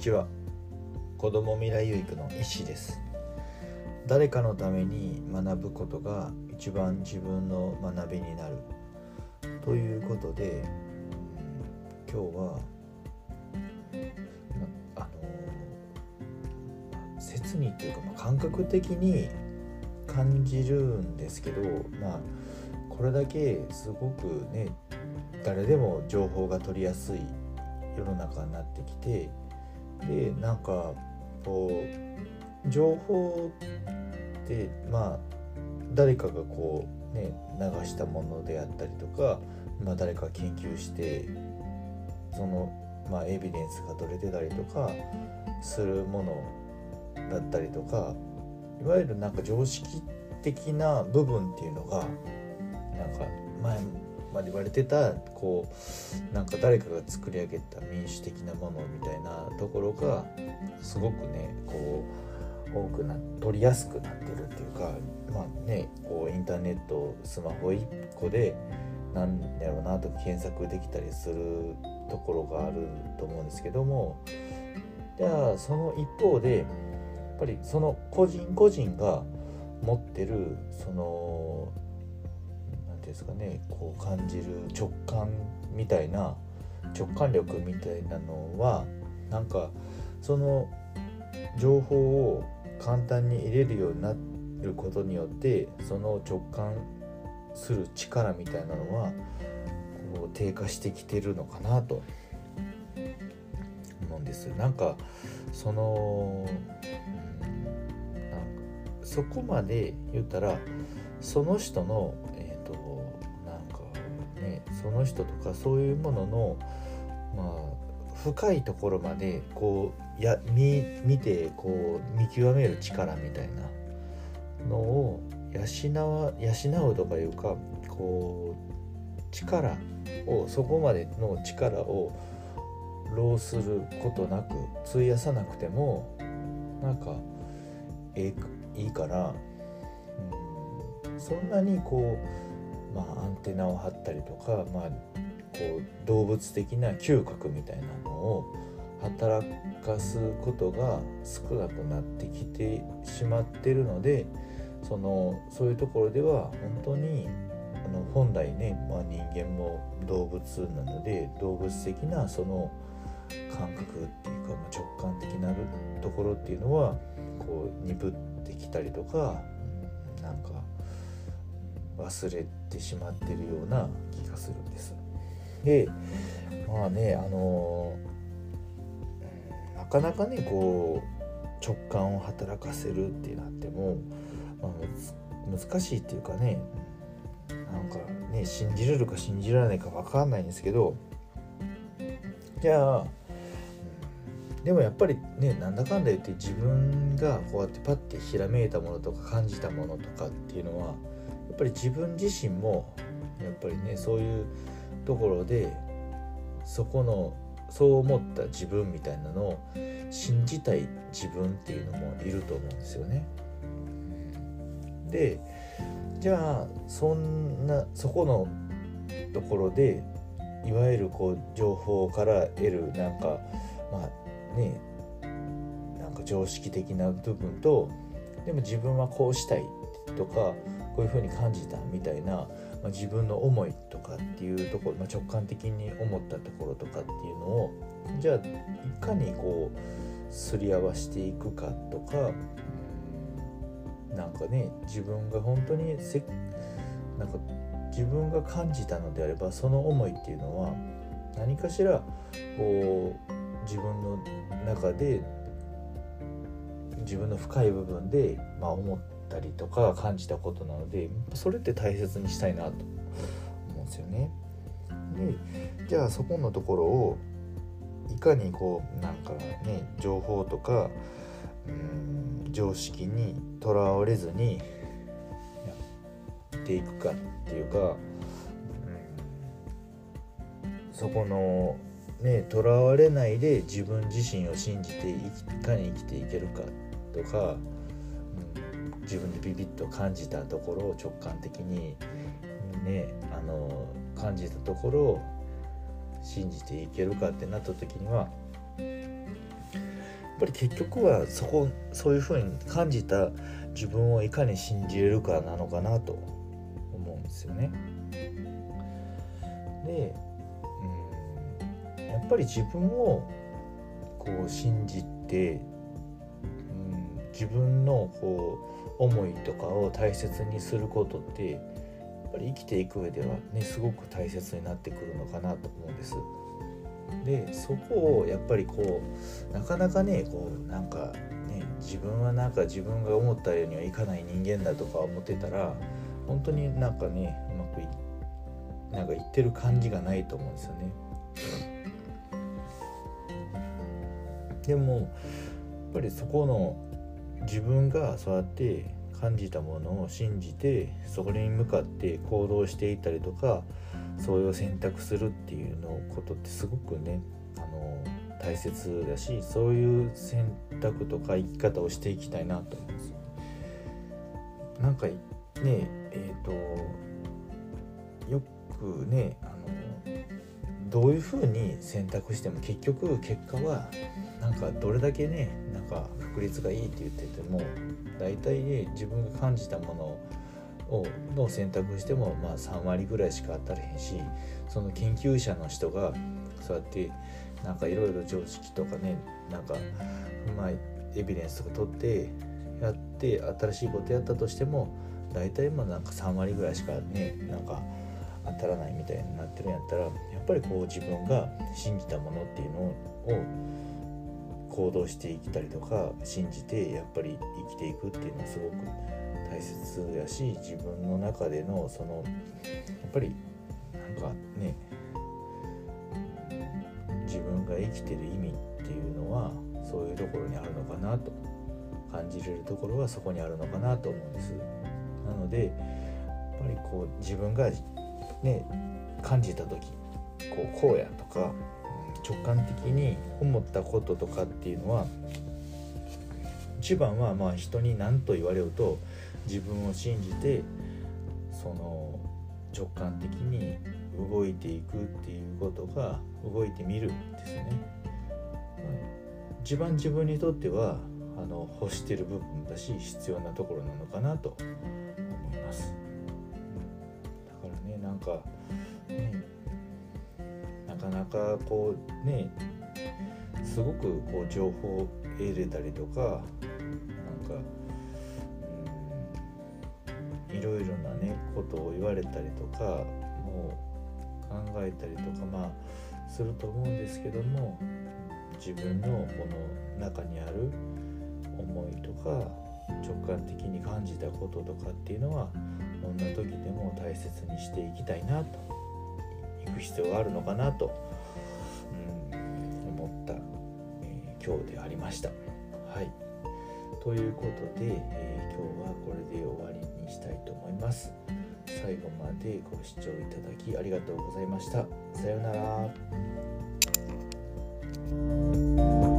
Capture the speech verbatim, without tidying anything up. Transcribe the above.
ちは。子ども未来有育の石です。誰かのために学ぶことが一番自分の学びになるということで、今日はあの切にというか、まあ、感覚的に感じるんですけど、まあこれだけすごくね、誰でも情報が取りやすい世の中になってきて、でなんかこう情報ってまあ誰かがこうね流したものであったりとか、まあ誰か研究してそのまあエビデンスが取れてたりとかするものだったりとか、いわゆるなんか常識的な部分っていうのがなんか前まで言われてたこうなんか誰かが作り上げた民主的なものみたいなところがすごくねこう多くな取りやすくなってるっていうか、まあねこうインターネットスマホいっこでなんやろうなと検索できたりするところがあると思うんですけども、じゃあその一方でやっぱりその個人個人が持ってるそのですかね、こう感じる直感みたいな直感力みたいなのはなんかその情報を簡単に入れるようになることによってその直感する力みたいなのはこう低下してきてるのかなと思うんです。なんかその、うん、なんかそこまで言ったらその人のその人とかそういうものの、まあ、深いところまでこうや 見, 見てこう見極める力みたいなのを養わ養うとかいうかこう力をそこまでの力を浪することなく費やさなくてもなんかええいいから、うん、そんなにこうまあ、アンテナを張ったりとか、まあ、こう動物的な嗅覚みたいなのを働かすことが少なくなってきてしまってるので、そのそういうところでは本当にあの本来ね、まあ、人間も動物なので動物的なその感覚っていうか、まあ、直感的なところっていうのはこう鈍ってきたりとか、なんか忘れてしまってるような気がするんです。でまあねあのなかなかねこう直感を働かせるってなっても、まあ、難しいっていうかね、なんかね信じれるか信じられないか分かんないんですけど、じゃあでもやっぱりねなんだかんだ言って自分がこうやってパッてひらめいたものとか感じたものとかっていうのはやっぱり自分自身もやっぱりねそういうところでそこのそう思った自分みたいなのを信じたい自分っていうのもいると思うんですよね。でじゃあそんなそこのところでいわゆるこう情報から得るなんかまあねなんか常識的な部分と、でも自分はこうしたいとかこういう風に感じたみたいな、まあ、自分の思いとかっていうところ、まあ、直感的に思ったところとかっていうのをじゃあいかにこうすり合わせていくかとか、なんかね自分が本当にせなんか自分が感じたのであればその思いっていうのは何かしらこう自分の中で自分の深い部分で、まあ、思ったりとか感じたことなので、それって大切にしたいなと思うんですよね。でじゃあそこのところをいかにこうなんかね情報とかうーん常識にとらわれずにやっていくかっていうか、うん、そこのねとらわれないで自分自身を信じていかに生きていけるかとか、うん、自分でビビッと感じたところを直感的にねあの感じたところを信じていけるかってなった時にはぱり結局はそこそういうふうに感じた自分をいかに信じれるかなのかなと思うんですよね。で、うん、やっぱり自分をこう信じて、うん、自分のこう思いとかを大切にすることってやっぱり生きていく上ではねすごく大切になってくるのかなと思うんです。でそこをやっぱりこうなかなかねこうなんかね自分はなんか自分が思ったようにはいかない人間だとか思ってたら本当になんかねうまくいなんか言ってる感じがないと思うんですよね。でもやっぱりそこの自分がそうやって感じたものを信じてそこに向かって行動していたりとかそういう選択するっていうのことってすごくねあの大切だしそういう選択とか生き方をしていきたいなと思うんですよ。なんかねえっ、ー、とよくねあのどういうふうに選択しても結局結果はなんかどれだけねなんか確率がいいって言ってても大体ね自分が感じたものをの選択してもまあさん割ぐらいしか当たれへんしその研究者の人がそうやってなんかいろいろ常識とかねなんかうまいエビデンスとか取ってやって新しいことやったとしても大体まあなんかさん割ぐらいしかねなんか当たらないみたいになってるんやったらやっぱりこう自分が信じたものっていうのを行動していきたりとか信じてやっぱり生きていくっていうのはすごく大切やし自分の中でのそのやっぱりなんかね自分が生きてる意味っていうのはそういうところにあるのかなと感じれるところはそこにあるのかなと思うんです。なのでやっぱりこう自分がね感じた時こうこうやとか直感的に思ったこととかっていうのは一番はまあ人に何と言われようと自分を信じてその直感的に動いていくっていうことが動いてみるですね。一番自分にとってはあの欲してる部分だし必要なところなのかなと思います。だからねなんかねなかなかこうねすごくこう情報を得れたりとかなんか、うん、いろいろなねことを言われたりとかもう考えたりとかまあすると思うんですけども自分のこの中にある思いとか直感的に感じたこととかっていうのはどんな時でも大切にしていきたいなといく必要があるのかなと、うん、思った、えー、今日でありました。はい、ということで、えー、今日はこれで終わりにしたいと思います。最後までご視聴いただきありがとうございました。さようなら。